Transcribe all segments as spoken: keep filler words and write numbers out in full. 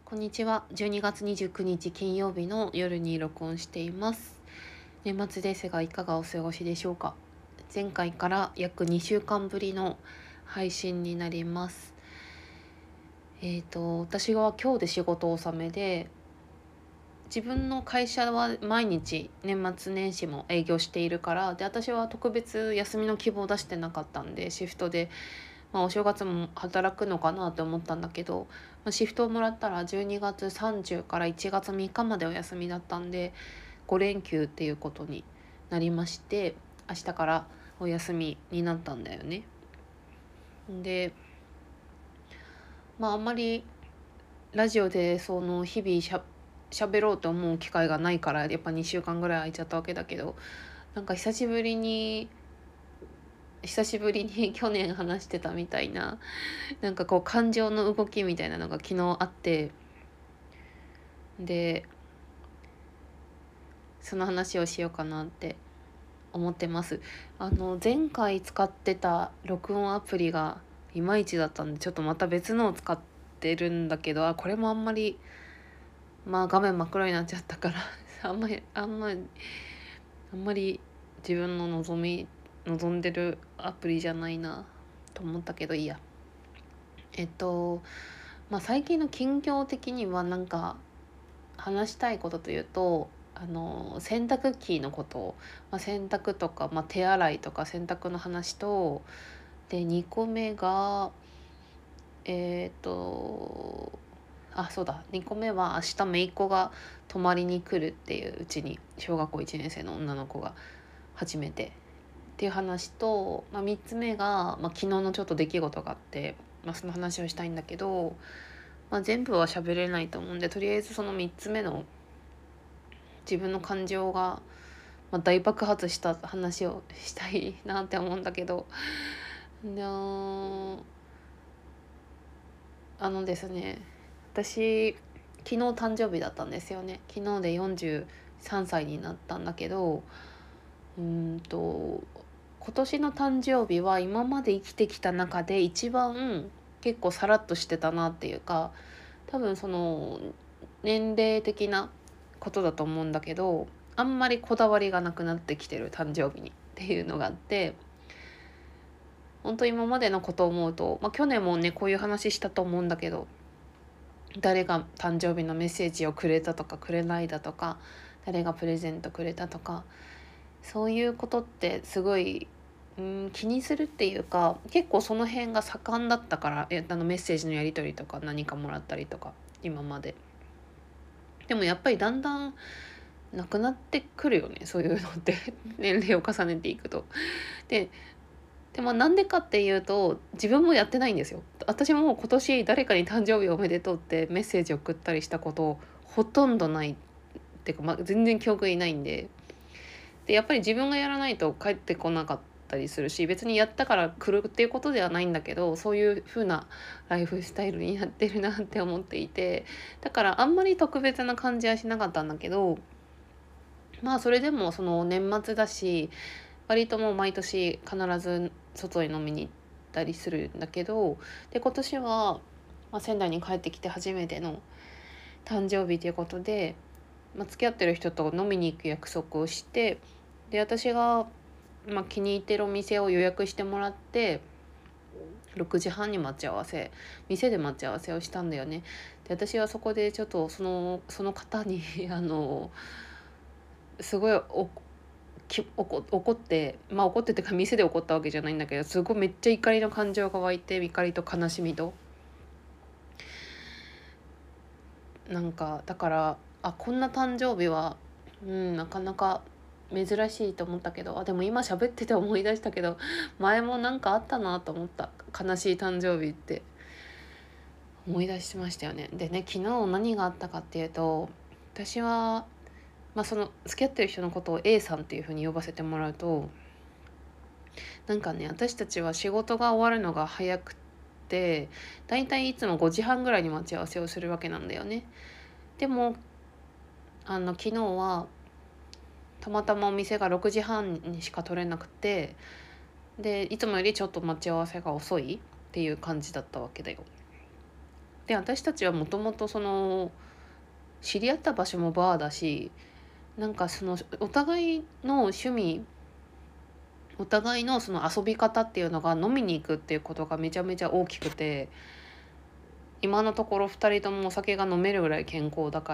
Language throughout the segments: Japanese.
こんにちは。じゅうにがつにじゅうくにち金曜日の夜に録音しています。年末ですがいかがお過ごしでしょうか。前回から約にしゅうかんぶりの配信になります。えっ、と私は今日で仕事納めで、自分の会社は毎日年末年始も営業しているから、で私は特別休みの希望を出してなかったんでシフトで、まあ、お正月も働くのかなって思ったんだけど、まあ、シフトをもらったらじゅうにがつさんじゅうからいちがつみっかまでお休みだったんでご連休っていうことになりまして、明日からお休みになったんだよね。でまああんまりラジオでその日々しゃ喋ろうと思う機会がないから、やっぱにしゅうかんぐらい空いちゃったわけだけど、なんか久しぶりに久しぶりに去年話してたみたいな、なんかこう感情の動きみたいなのが昨日あって、でその話をしようかなって思ってます。あの前回使ってた録音アプリがいまいちだったんで、ちょっとまた別のを使ってるんだけど、あこれもあんまり、まあ画面真っ黒になっちゃったからあんまりあんまりあんまり自分の望み望んでるアプリじゃないなと思ったけど、いいや。えっとまあ最近の近況的には、なんか話したいことというと、あの洗濯機のこと、まあ、洗濯とか、まあ、手洗いとか洗濯の話と、でにこめがえっ、とあそうだにこめは明日姪っ子が泊まりに来るっていう、うちに小学校いちねん生の女の子が初めてっていう話と、まあ、みっつめが、まあ、昨日のちょっと出来事があって、まあ、その話をしたいんだけど、まあ、全部は喋れないと思うんで、とりあえずそのみっつめの自分の感情が、まあ、大爆発した話をしたいなって思うんだけど、であのですね私昨日誕生日だったんですよね。昨日でよんじゅうさんさいになったんだけど、うーんと今年の誕生日は今まで生きてきた中で一番結構さらっとしてたなっていうか、多分その年齢的なことだと思うんだけど、あんまりこだわりがなくなってきてる誕生日にっていうのがあって、本当今までのことを思うと、まあ、去年もねこういう話したと思うんだけど、誰が誕生日のメッセージをくれたとかくれないだとか、誰がプレゼントくれたとか、そういうことってすごい、うん、気にするっていうか、結構その辺が盛んだったから、えあのメッセージのやり取りとか何かもらったりとか今まで。でもやっぱりだんだんなくなってくるよね、そういうのって年齢を重ねていくと。ででもなんでかっていうと、自分もやってないんですよ。私も今年誰かに誕生日おめでとうってメッセージを送ったりしたことほとんどないっていうか、まあ、全然記憶にないんで。でやっぱり自分がやらないと帰ってこなかったりするし、別にやったから来るっていうことではないんだけど、そういう風なライフスタイルになってるなって思っていて、だからあんまり特別な感じはしなかったんだけど、まあそれでもその年末だし、割ともう毎年必ず外に飲みに行ったりするんだけど、で今年は、まあ、仙台に帰ってきて初めての誕生日ということで、まあ、付き合ってる人と飲みに行く約束をして、で私が、まあ、気に入ってるお店を予約してもらって、ろくじはんに待ち合わせ店で待ち合わせをしたんだよね。で私はそこでちょっとそのその方にあのすごいおき怒怒って、まあ怒ってってか店で怒ったわけじゃないんだけど、すごいめっちゃ怒りの感情が湧いて、怒りと悲しみと、なんかだから、あこんな誕生日は、うん、なかなか珍しいと思ったけど、あでも今喋ってて思い出したけど、前もなんかあったなと思った。悲しい誕生日って思い出しましたよね。でね、昨日何があったかっていうと、私は、まあ、その付き合ってる人のことを A さんっていう風に呼ばせてもらうと、なんかね私たちは仕事が終わるのが早くて、だいたいいつもごじはんぐらいに待ち合わせをするわけなんだよね。でもあの昨日はたまたまお店がろくじはんにしか取れなくて、でいつもよりちょっと待ち合わせが遅いっていう感じだったわけだよ。 で私たちはもともとその知り合った場所もバーだし、なんかそのお互いの趣味、お互いのその遊び方っていうのが飲みに行くっていうことがめちゃめちゃ大きくて、今のところふたりともお酒が飲めるぐらい健康だから、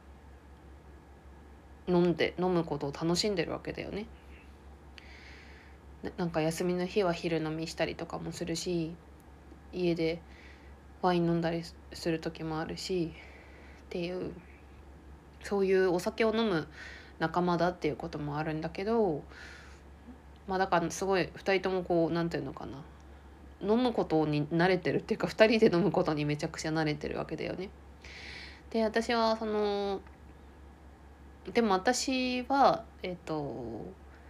飲んで飲むことを楽しんでるわけだよね。ななんか休みの日は昼飲みしたりとかもするし、家でワイン飲んだりする時もあるしっていう、そういうお酒を飲む仲間だっていうこともあるんだけど、まあだからすごいふたりともこうなんていうのかな、飲むことに慣れてるっていうか、ふたりで飲むことにめちゃくちゃ慣れてるわけだよね。で私はそのでも私はえっと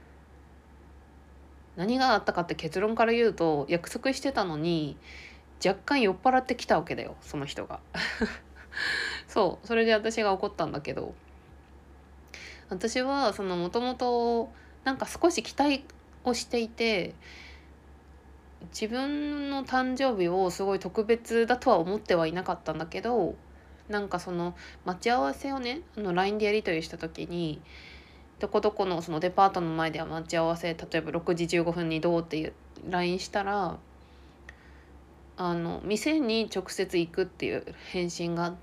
何があったかって結論から言うと、約束してたのに若干酔っ払ってきたわけだよ、その人が。そうそれで私が怒ったんだけど、私はそのもともとなんか少し期待をしていて、自分の誕生日をすごい特別だとは思ってはいなかったんだけど、なんかその待ち合わせをね、あの ライン でやり取りした時に、どこどこのそのデパートの前では待ち合わせ、例えばろくじじゅうごふんにどうっていう ライン したら、あの店に直接行くっていう返信があって、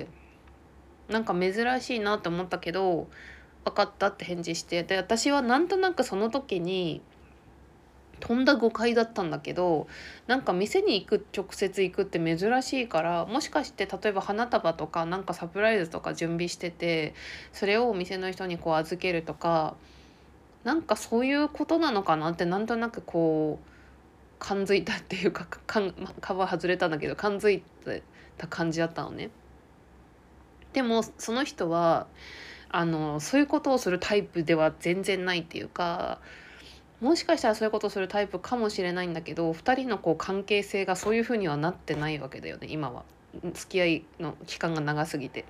なんか珍しいなって思ったけど分かったって返事して、で私はなんとなくその時にとんだ誤解だったんだけど、なんか店に行く直接行くって珍しいから、もしかして例えば花束とかなんかサプライズとか準備してて、それをお店の人にこう預けるとか、なんかそういうことなのかなって、なんとなくこう感づいたっていうか、かん、ま、皮外れたんだけど感づいた感じだったのね。でもその人はあのそういうことをするタイプでは全然ないっていうか、もしかしたらそういうことをするタイプかもしれないんだけど、ふたりのこう関係性がそういうふうにはなってないわけだよね、今は。付き合いの期間が長すぎて。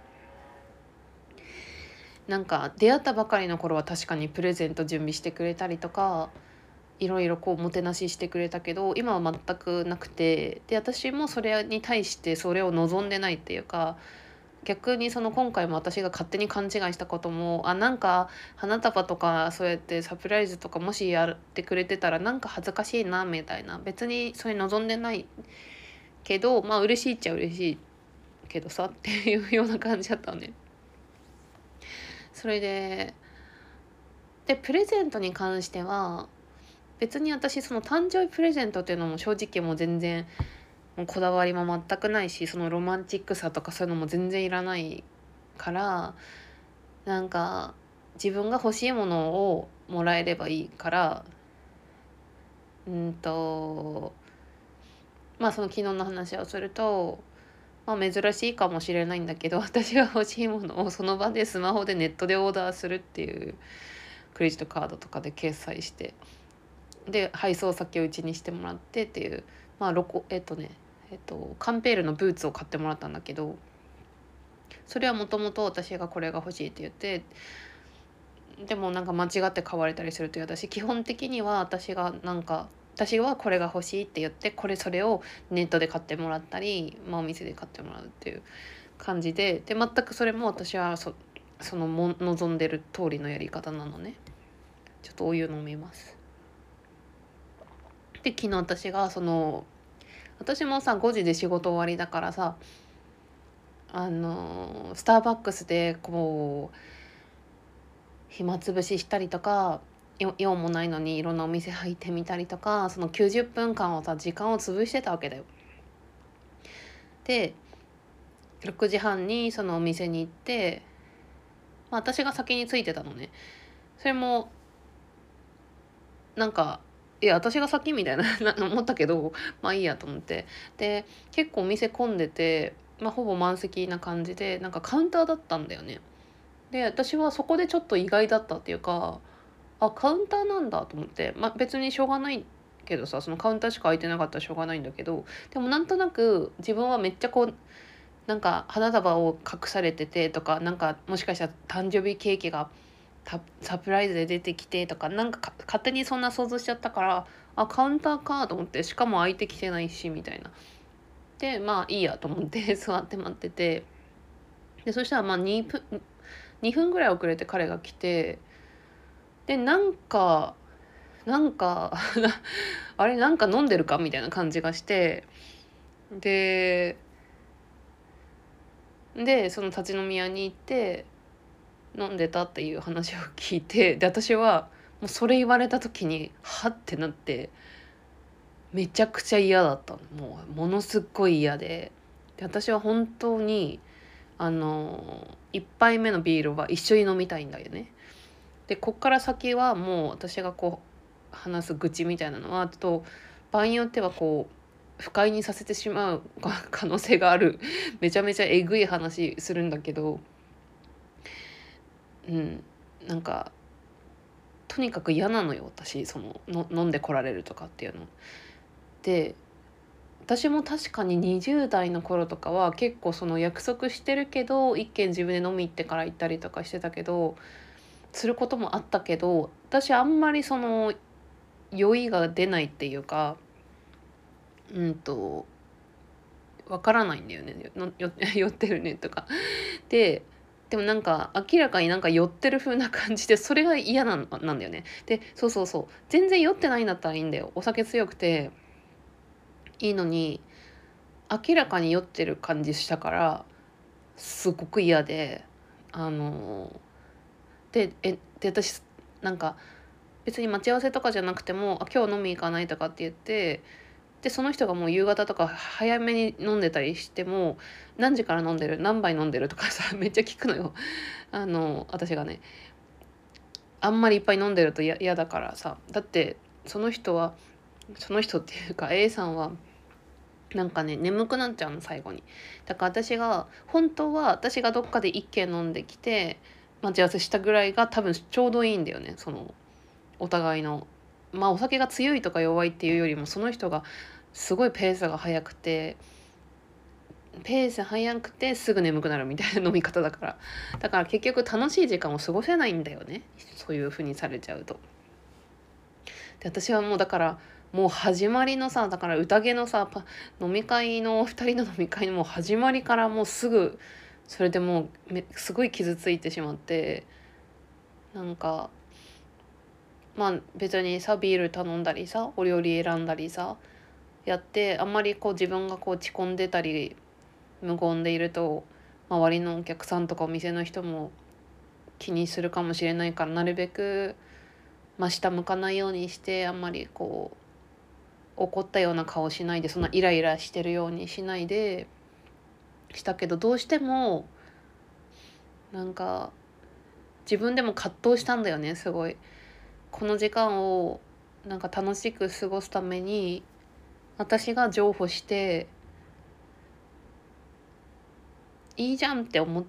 なんか出会ったばかりの頃は確かにプレゼント準備してくれたりとか、いろいろこうもてなししてくれたけど、今は全くなくて、で私もそれに対してそれを望んでないっていうか、逆にその今回も私が勝手に勘違いしたことも、あなんか花束とかそうやってサプライズとかもしやってくれてたらなんか恥ずかしいなみたいな、別にそれ望んでないけど、まあ嬉しいっちゃ嬉しいけどさっていうような感じだったのね。それででプレゼントに関しては、別に私その誕生日プレゼントっていうのも正直もう全然もうこだわりも全くないし、そのロマンチックさとかそういうのも全然いらないから、なんか自分が欲しいものをもらえればいいから、うんとまあその昨日の話をすると、まあ、珍しいかもしれないんだけど、私が欲しいものをその場でスマホでネットでオーダーするっていう、クレジットカードとかで決済して、で配送先をうちにしてもらってっていう、まあロコえっとねえっとカンペールのブーツを買ってもらったんだけど、それはもともと私がこれが欲しいって言って、でもなんか間違って買われたりすると嫌だし、基本的には私がなんか私はこれが欲しいって言って、これそれをネットで買ってもらったり、まあ、お店で買ってもらうっていう感じで、で全くそれも私はそそのも望んでる通りのやり方なのね。ちょっとお湯飲みます。で昨日私がその私もさごじで仕事終わりだからさ、あのスターバックスでこう暇つぶししたりとか、よ用もないのにいろんなお店入ってみたりとか、そのきゅうじゅっぷんかんをさ時間を潰してたわけだよ。でろくじはんにそのお店に行って、まあ、私が先に着いてたのね。それもなんかいや私が先みたいな思ったけど、まあいいやと思って、で結構お店混んでて、まあ、ほぼ満席な感じで、なんかカウンターだったんだよね。で私はそこでちょっと意外だったっていうか、あカウンターなんだと思って、まあ別にしょうがないけどさ、そのカウンターしか空いてなかったらしょうがないんだけど、でもなんとなく自分はめっちゃこうなんか花束を隠されててとか、なんかもしかしたら誕生日ケーキがサプライズで出てきてとか、なんかか勝手にそんな想像しちゃったから、あカウンターかと思って、しかも空いてきてないしみたいな。 でまあいいやと思って座って待ってて、でそしたらまあにふんにふんぐらい遅れて彼が来て、でなんかなんかあれなんか飲んでるかみたいな感じがして、ででその立ち飲み屋に行って飲んでたっていう話を聞いて、で私はもうそれ言われた時にはってなって、めちゃくちゃ嫌だったの。もうものすっごい嫌で、で私は本当にあのいっぱいめのビールは一緒に飲みたいんだよね。でこっから先はもう私がこう話す愚痴みたいなのはと場合によってはこう不快にさせてしまう可能性があるめちゃめちゃえぐい話するんだけど、うんなんかとにかく嫌なのよ私、そのの飲んでこられるとかっていうので。私も確かににじゅう代の頃とかは結構その約束してるけど一軒自分で飲み行ってから行ったりとかしてたけど、することもあったけど、私あんまりその酔いが出ないっていうか、うんとわからないんだよね、のよ酔ってるねとかで。でもなんか明らかになんか酔ってる風な感じで、それが嫌なんなんだよね。でそうそうそう、全然酔ってないんだったらいいんだよ、お酒強くていいのに、明らかに酔ってる感じしたからすごく嫌で、あのでえで私なんか別に待ち合わせとかじゃなくても「あ今日飲み行かない？」とかって言って、でその人がもう夕方とか早めに飲んでたりしても「何時から飲んでる？何杯飲んでる？」とかさめっちゃ聞くのよ。あの私がねあんまりいっぱい飲んでると嫌だからさ。だってその人はその人っていうか A さんはなんかね眠くなっちゃうの最後に。だから私が本当は私がどっかで一軒飲んできて待ち合わせしたぐらいが多分ちょうどいいんだよね、そのお互いの。まあお酒が強いとか弱いっていうよりもその人がすごいペースが速くてペース速くてすぐ眠くなるみたいな飲み方だから、だから結局楽しい時間を過ごせないんだよね、そういう風にされちゃうと。で私はもうだからもう始まりのさ、だから宴のさパ飲み会のふたりの飲み会のもう始まりからもうすぐそれでもうめすごい傷ついてしまって、なんかまあ別にさビール頼んだりさお料理選んだりさやって、あんまりこう自分がこう落ち込んでたり無言でいると周りのお客さんとかお店の人も気にするかもしれないから、なるべく、まあ、下向かないようにして、あんまりこう怒ったような顔しないで、そんなイライラしてるようにしないでしたけど、どうしてもなんか自分でも葛藤したんだよね、すごい。この時間をなんか楽しく過ごすために私が譲歩していいじゃんって思って、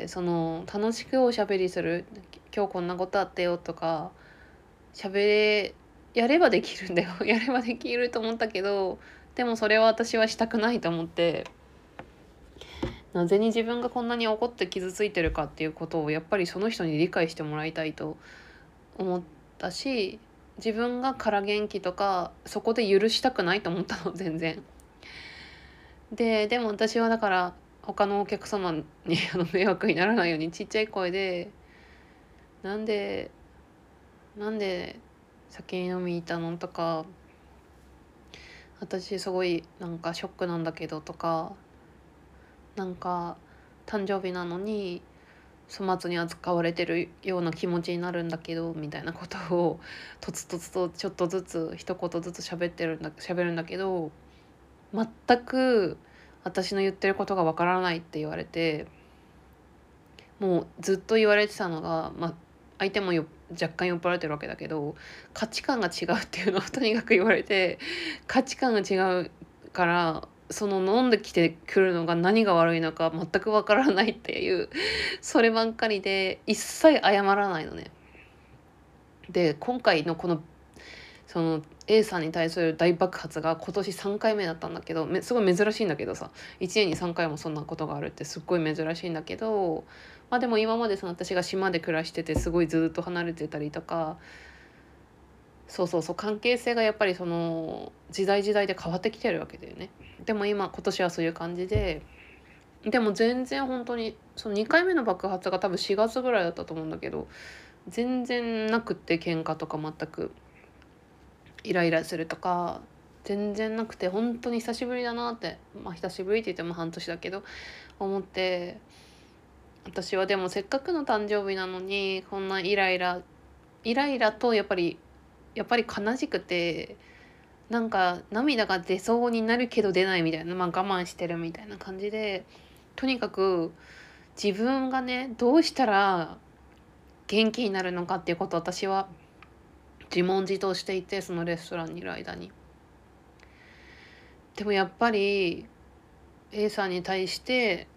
その楽しくおしゃべりする、今日こんなことあったよとかしゃべれやればできるんだよやればできると思ったけど、でもそれは私はしたくないと思って、なぜに自分がこんなに怒って傷ついてるかっていうことをやっぱりその人に理解してもらいたいと思ったし、自分が空元気とかそこで許したくないと思ったの全然。ででも私はだから他のお客様にあの迷惑にならないようにちっちゃい声で「なんでなんで酒飲みに行ったの?」とか「私すごいなんかショックなんだけど」とか、なんか誕生日なのに粗末に扱われてるような気持ちになるんだけどみたいなことをとつとつとちょっとずつ一言ずつ喋ってるんだ喋るんだけど、全く私の言ってることがわからないって言われて、もうずっと言われてたのが、まあ、相手もよ若干酔っ払ってるわけだけど価値観が違うっていうのをとにかく言われて、価値観が違うからその飲んできてくるのが何が悪いのか全くわからないっていうそればっかりで一切謝らないのね。で今回のこのその A さんに対する大爆発が今年さんかいめだったんだけど、めすごい珍しいんだけどさ、いちねんにさんかいもそんなことがあるってすっごい珍しいんだけど、まあでも今までその私が島で暮らしててすごいずっと離れてたりとかそうそうそう、関係性がやっぱりその時代時代で変わってきてるわけだよね。でも今今年はそういう感じで、でも全然本当にそのにかいめの爆発が多分しがつぐらいだったと思うんだけど、全然なくって、喧嘩とか全くイライラするとか全然なくて、本当に久しぶりだなって、まあ久しぶりって言っても半年だけど思って。私はでもせっかくの誕生日なのにこんなイライライライラとやっぱりやっぱり悲しくて、なんか涙が出そうになるけど出ないみたいな、まあ、我慢してるみたいな感じで、とにかく自分がねどうしたら元気になるのかっていうことを私は自問自答していて、そのレストランにいる間に。でもやっぱり A さんに対して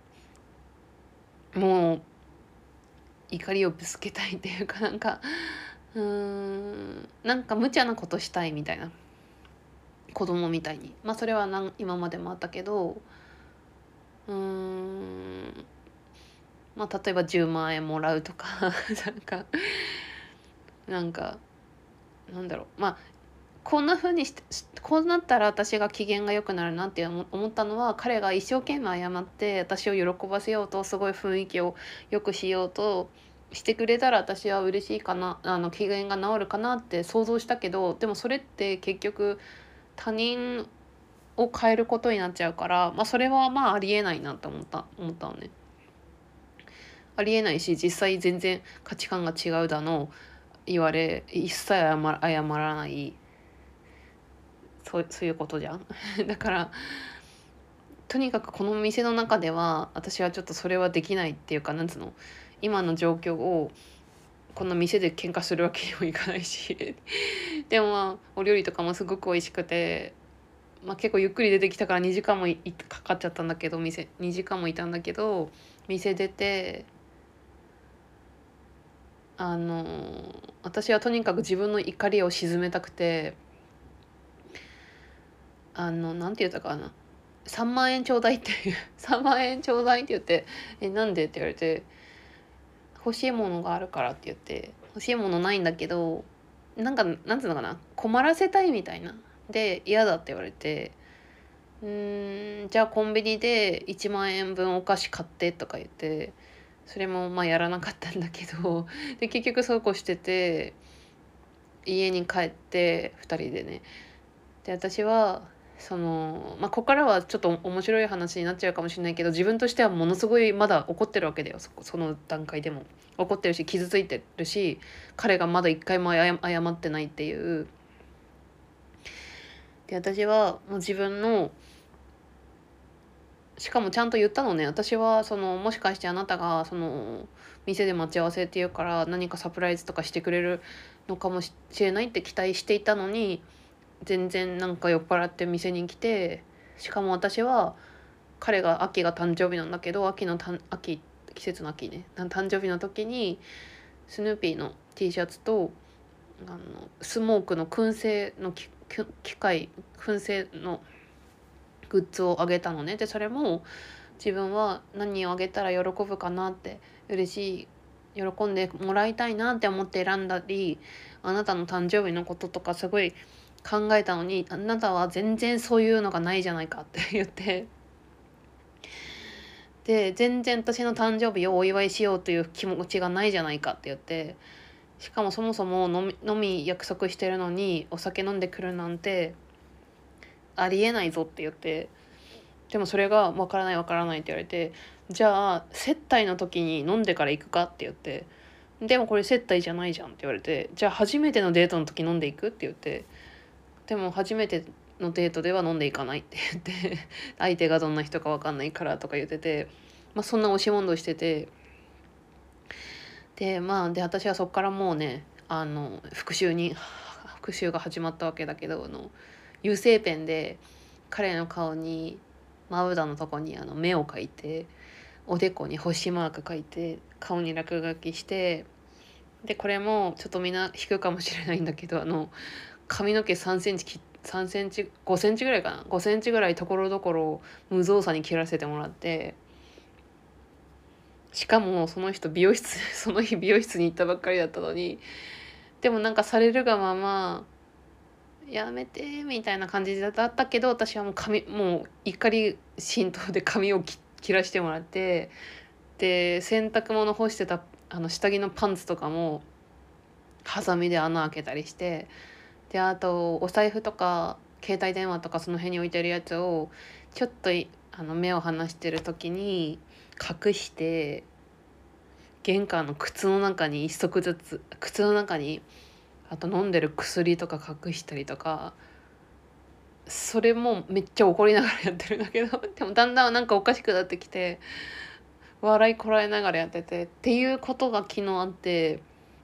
もう怒りをぶつけたいっていうか、なんかうーんなんか無茶なことしたいみたいな、子供みたいに。まあそれはなん今までもあったけど、うーんまあ例えばじゅうまん円もらうとかなんかなんかなんだろう、まあこんな風にしてこうなったら私が機嫌が良くなるなって思思ったのは、彼が一生懸命謝って私を喜ばせようと、すごい雰囲気を良くしようとしてくれたら私は嬉しいかな、あの機嫌が治るかなって想像したけど、でもそれって結局他人を変えることになっちゃうから、まあ、それはまあありえないなって思った思ったのね。ありえないし、実際全然価値観が違うだの言われ一切謝ら謝らない、そうそういうことじゃんだからとにかくこの店の中では私はちょっとそれはできないっていうか、なんつうの、今の状況をこの店で喧嘩するわけにもいかないしでもまあお料理とかもすごく美味しくて、まあ、結構ゆっくり出てきたからにじかんもいかかっちゃったんだけど、店にじかんもいたんだけど、店出て、あの私はとにかく自分の怒りを鎮めたくて、あのなんて言ったかな、さんまん円ちょうだいっていうさんまん円ちょうだいって言って「えなんで?」って言われて「欲しいものがあるから」って言って、欲しいものないんだけど、なんかなんつうのかな、困らせたいみたいな、で嫌だって言われて、うーんじゃあコンビニでいちまん円分お菓子買ってとか言って、それもまあやらなかったんだけどで結局そうこうしてて、家に帰ってふたりでね、で私はそのまあここからはちょっと面白い話になっちゃうかもしれないけど、自分としてはものすごいまだ怒ってるわけだよ、そその段階でも怒ってるし傷ついてるし、彼がまだ一回も謝謝ってないっていう。で私はもう自分の、しかもちゃんと言ったのね。私はそのもしかしてあなたがその店で待ち合わせっていうから何かサプライズとかしてくれるのかもしれないって期待していたのに、全然なんか酔っ払って店に来て、しかも私は彼が秋が誕生日なんだけど、秋のたん秋季節の秋ね、誕生日の時にスヌーピーの T シャツとあのスモークの燻製のきき機械燻製のグッズをあげたのね。でそれも自分は何をあげたら喜ぶかなって、嬉しい喜んでもらいたいなって思って選んだり、あなたの誕生日のこととかすごい考えたのに、あなたは全然そういうのがないじゃないかって言って、で全然私の誕生日をお祝いしようという気持ちがないじゃないかって言って、しかもそもそも飲み飲み約束してるのにお酒飲んでくるなんてありえないぞって言って、でもそれが「わからないわからない」って言われて、じゃあ接待の時に飲んでから行くかって言って、でもこれ接待じゃないじゃんって言われて、じゃあ初めてのデートの時飲んでいくって言って、でも初めてのデートでは飲んでいかないって言って相手がどんな人か分かんないからとか言ってて、まあ、そんな押し問答してて、でまあで私はそこからもうね、あの復讐に復讐が始まったわけだけど、あの油性ペンで彼の顔にまぶたのとこにあの目を描いて、おでこに星マーク描いて、顔に落書きして、でこれもちょっとみんな引くかもしれないんだけど、あの髪の毛さんセンチきさんセンチごセンチぐらいかな、ごセンチぐらいところどころ無造作に切らせてもらって、しかもその人美容室その日美容室に行ったばっかりだったのに、 でもなんかされるがままやめてみたいな感じだったけど、私はもう髪もう怒り心頭で髪を切切らしてもらって、で洗濯物干してたあの下着のパンツとかもハサミで穴開けたりして、であとお財布とか携帯電話とかその辺に置いてるやつをちょっといあの目を離してる時に隠して、玄関の靴の中に一足ずつ靴の中にあと飲んでる薬とか隠したりとか、それもめっちゃ怒りながらやってるんだけど、でもだんだんなんかおかしくなってきて笑いこらえながらやっててっていうことが昨日あって。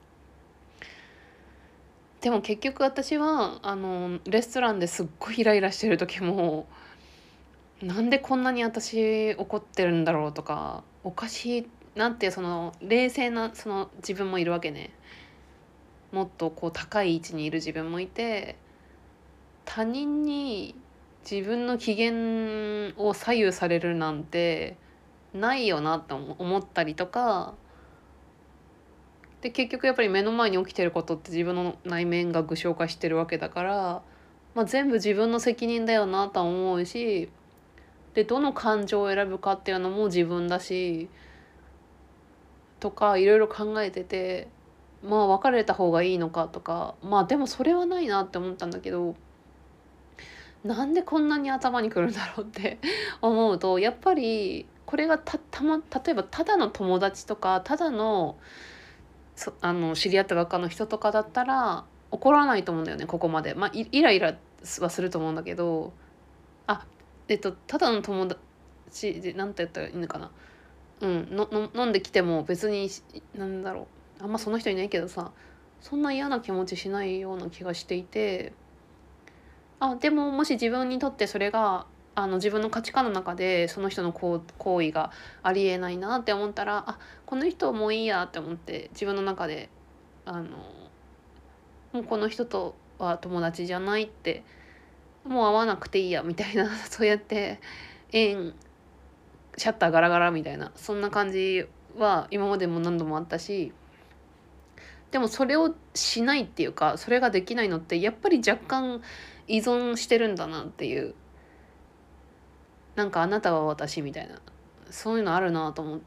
でも結局私はあのレストランですっごいイライラしてる時も、なんでこんなに私怒ってるんだろうとか、おかしいなんて、その冷静なその自分もいるわけね。もっとこう高い位置にいる自分もいて、他人に自分の機嫌を左右されるなんてないよなと思ったりとかで、結局やっぱり目の前に起きてることって自分の内面が具象化してるわけだから、まあ、全部自分の責任だよなとは思うし、でどの感情を選ぶかっていうのも自分だしとかいろいろ考えてて、まあ別れた方がいいのかとか、まあでもそれはないなって思ったんだけど、なんでこんなに頭にくるんだろうって思うと、やっぱりこれがたたま例えばただの友達とかただのそあの知り合ったばっかの人とかだったら怒らないと思うんだよね、ここまで。まあイイライラはすると思うんだけど、あえっとただの友達でなんて言ったらいいのかな、うんのの飲んできても別になんだろう、あんまその人いないけどさ、そんな嫌な気持ちしないような気がしていて、あでももし自分にとってそれがあの自分の価値観の中でその人のこう行為がありえないなって思ったら、あこの人もういいやって思って自分の中であのもうこの人とは友達じゃないって、もう会わなくていいやみたいなそうやって縁シャッターガラガラみたいな、そんな感じは今までも何度もあったし、でもそれをしないっていうかそれができないのってやっぱり若干依存してるんだなっていう、なんかあなたは私みたいな、そういうのあるなと思って。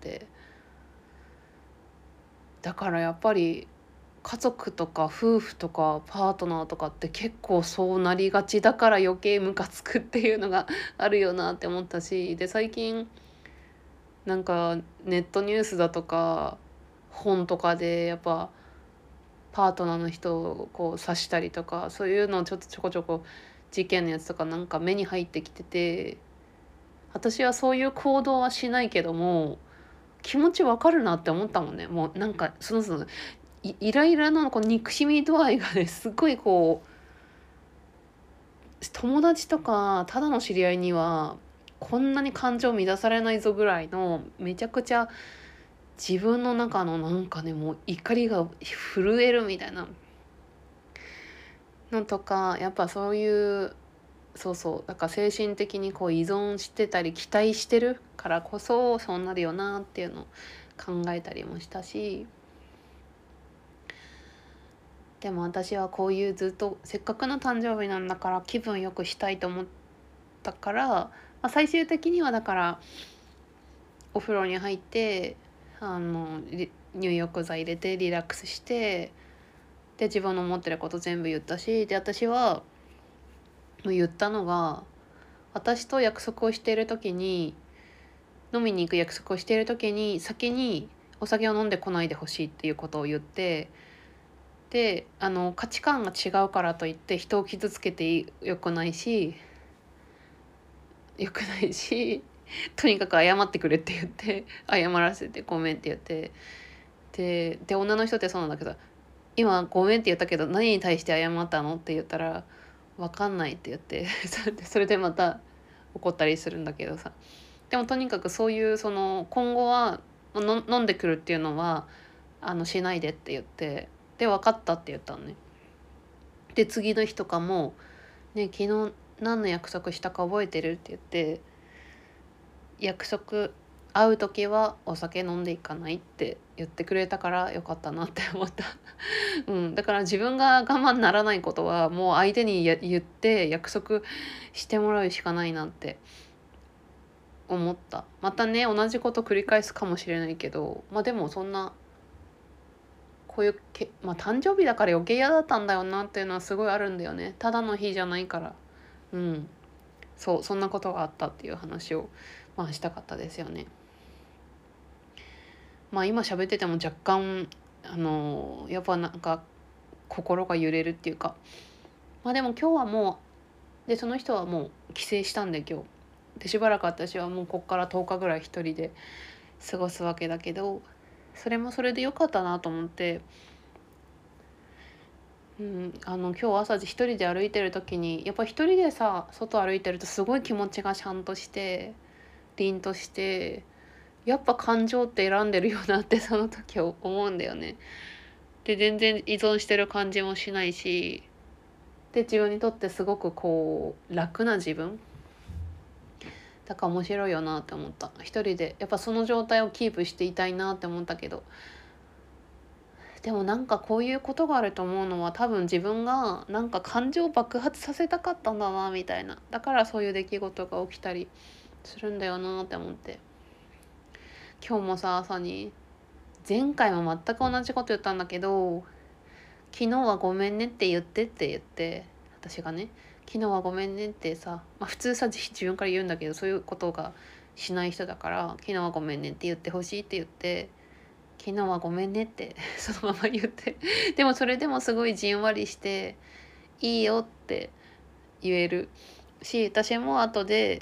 だからやっぱり家族とか夫婦とかパートナーとかって結構そうなりがちだから余計ムカつくっていうのがあるよなって思ったし、で最近なんかネットニュースだとか本とかでやっぱパートナーの人をこう刺したりとか、そういうのをちょっとちょこちょこ事件のやつとかなんか目に入ってきてて、私はそういう行動はしないけども気持ちわかるなって思ったもんね。もうなんかそのそのイイライラのこの憎しみ度合いがね、すごいこう友達とかただの知り合いにはこんなに感情乱されないぞぐらいのめちゃくちゃ自分の中のなんかね、もう怒りが震えるみたいなのとか、やっぱそういうそうそうだから精神的にこう依存してたり期待してるからこそそうなるよなっていうのを考えたりもしたし、でも私はこういうずっとせっかくの誕生日なんだから気分よくしたいと思ったから、まあ、最終的にはだからお風呂に入ってあの入浴剤入れてリラックスして、で自分の思ってること全部言ったし、で私はもう言ったのが、私と約束をしている時に飲みに行く約束をしている時に先にお酒を飲んでこないでほしいっていうことを言って、であの価値観が違うからといって人を傷つけてよくないしよくないしとにかく謝ってくれって言って謝らせてごめんって言って、でで女の人ってそうなんだけど、今ごめんって言ったけど何に対して謝ったのって言ったら分かんないって言ってそれでまた怒ったりするんだけどさ、でもとにかくそういうその今後はの飲んでくるっていうのはあのしないでって言って、で分かったって言ったのね。で次の日とかも「ね昨日何の約束したか覚えてる?」って言って、約束会う時はお酒飲んでいかないって言ってくれたからよかったなって思った。うん、だから自分が我慢ならないことはもう相手にや言って約束してもらうしかないなって思った。またね同じこと繰り返すかもしれないけど、まあでもそんなこういうけ、まあ、誕生日だから余計嫌だったんだよなっていうのはすごいあるんだよね。ただの日じゃないから。うん、そうそんなことがあったっていう話を、まあ、したかったですよね。まあ今喋ってても若干あのやっぱなんか心が揺れるっていうか、まあでも今日はもうでその人はもう帰省したんで今日でしばらく私はもうこっからとおかぐらい一人で過ごすわけだけど、それもそれで良かったなと思って、うん、あの今日朝一人で歩いてる時にやっぱ一人でさ外歩いてるとすごい気持ちがちゃんとして凛として、やっぱ感情って選んでるよなってその時思うんだよね。で全然依存してる感じもしないし、で自分にとってすごくこう楽な自分だから面白いよなって思った。一人でやっぱその状態をキープしていたいなって思ったけど、でもなんかこういうことがあると思うのは多分自分がなんか感情を爆発させたかったんだなみたいな、だからそういう出来事が起きたりするんだよなって思って、今日もさ朝に前回も全く同じこと言ったんだけど、昨日はごめんねって言ってって言って、私がね昨日はごめんねってさ、まあ、普通さ自分から言うんだけどそういうことがしない人だから、昨日はごめんねって言ってほしいって言って、昨日はごめんねってそのまま言ってでもそれでもすごいじんわりしていいよって言えるし、私も後で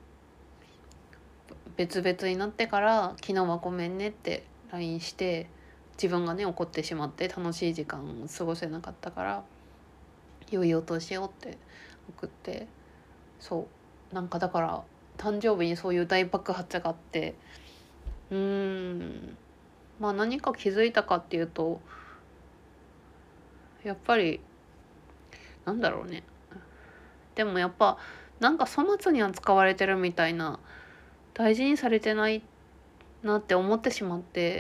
別々になってから昨日はごめんねって ライン して、自分がね怒ってしまって楽しい時間を過ごせなかったから良いお年をって送って、そうなんかだから誕生日にそういう大爆発があって、うーんまあ何か気づいたかっていうと、やっぱりなんだろうね、でもやっぱなんか粗末に扱われてるみたいな、大事にされてないなって思ってしまって、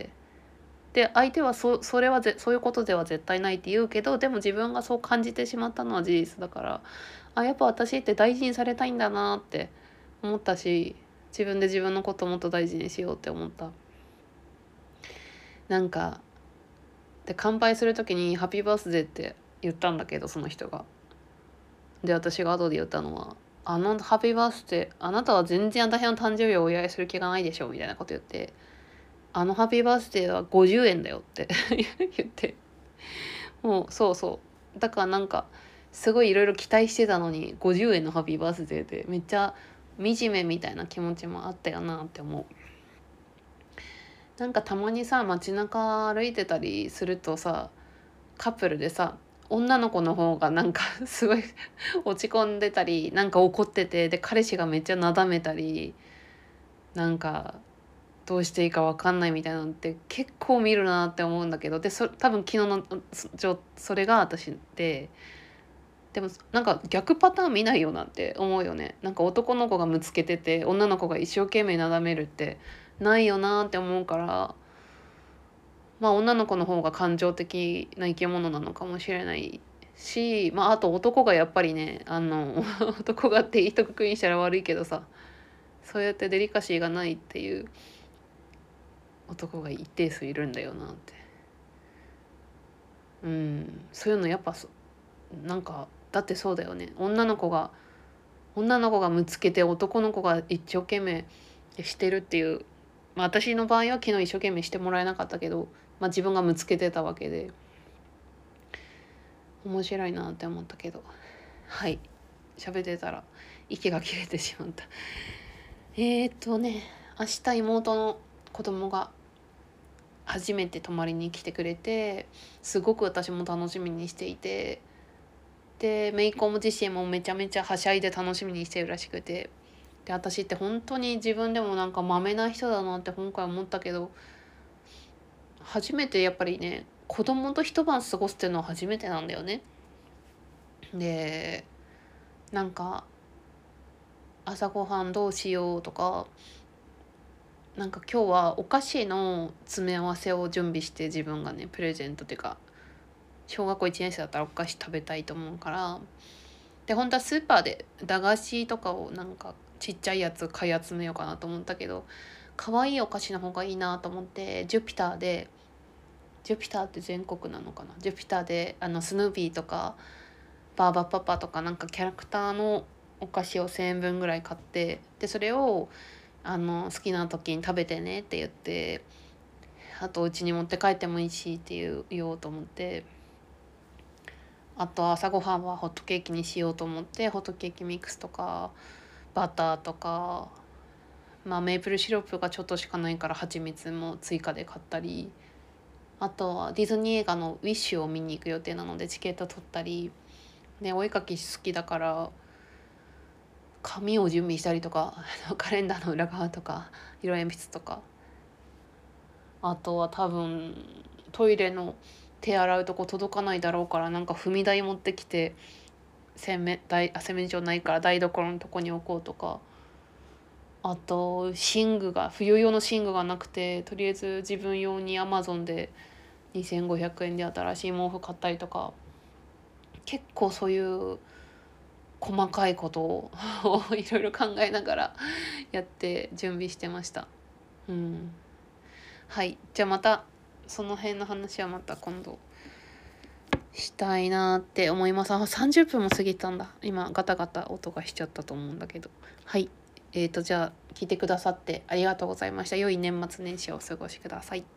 で相手はそそれはぜそういうことでは絶対ないって言うけど、でも自分がそう感じてしまったのは事実だから、あやっぱ私って大事にされたいんだなって思ったし、自分で自分のことをもっと大事にしようって思った。なんかで乾杯する時に「ハッピーバースデー」って言ったんだけど、その人が。で私が後で言ったのは「あのハッピーバースデーあなたは全然私の誕生日をお祝いする気がないでしょ」みたいなこと言って、「あのハッピーバースデーはごじゅうえんだよ」って言って、もうそうそうだからなんかすごいいろいろ期待してたのにごじゅうえんのハッピーバースデーでめっちゃ惨めみたいな気持ちもあったよなって思う。なんかたまにさ街中歩いてたりするとさ、カップルでさ女の子の方がなんかすごい落ち込んでたりなんか怒ってて、で彼氏がめっちゃなだめたりなんかどうしていいか分かんないみたいなのって結構見るなって思うんだけど、でそ多分昨日のそそれが私で、でもなんか逆パターン見ないよなって思うよね。なんか男の子がぶつけてて女の子が一生懸命なだめるってないよなって思うから、まあ女の子の方が感情的な生き物なのかもしれないし、まああと男がやっぱりねあの男がって一括りにしたら悪いけどさ、そうやってデリカシーがないっていう男が一定数いるんだよなって。うんそういうのやっぱそなんかだってそうだよね。女の子が女の子がぶつけて男の子が一生懸命してるっていう、まあ、私の場合は昨日一生懸命してもらえなかったけど、まあ、自分がぶつけてたわけで面白いなって思ったけど、はい喋ってたら息が切れてしまった。えー、っとね明日妹の子供が初めて泊まりに来てくれて、すごく私も楽しみにしていて、で姪っ子も自身もめちゃめちゃはしゃいで楽しみにしてるらしくて、で私って本当に自分でもなんかまめな人だなって今回思ったけど、初めてやっぱりね子供と一晩過ごすっていうのは初めてなんだよね。でなんか朝ごはんどうしようとかなんか今日はお菓子の詰め合わせを準備して、自分がねプレゼントっていうか、小学校いちねん生だったらお菓子食べたいと思うから。で本当はスーパーで駄菓子とかをなんかちっちゃいやつ買い集めようかなと思ったけど、可愛いお菓子の方がいいなと思って、ジュピターでジュピターって全国なのかな、ジュピターであのスヌーピーとかバーバパパとかなんかキャラクターのお菓子をせんえんぶんぐらい買って、でそれをあの好きな時に食べてねって言って、あとうちに持って帰ってもいいしっていう言おうと思って、あと朝ごはんはホットケーキにしようと思って、ホットケーキミックスとかバターとか、まあメープルシロップがちょっとしかないから蜂蜜も追加で買ったり、あとはディズニー映画のウィッシュを見に行く予定なのでチケット取ったり、でお絵かき好きだから紙を準備したりとか、カレンダーの裏側とか色鉛筆とか、あとは多分トイレの手洗うとこ届かないだろうから、なんか踏み台持ってきて、洗面台あ洗面所ないから台所のとこに置こうとか、あと寝具が冬用の寝具がなくて、とりあえず自分用にアマゾンでにせんごひゃくえんで新しい毛布買ったりとか、結構そういう細かいことをいろいろ考えながらやって準備してました。うん、はい、じゃあまたその辺の話はまた今度したいなって思います。あ、さんじゅっぷんも過ぎたんだ。今ガタガタ音がしちゃったと思うんだけど。はい。えーと、じゃあ聞いてくださってありがとうございました。良い年末年始をお過ごしください。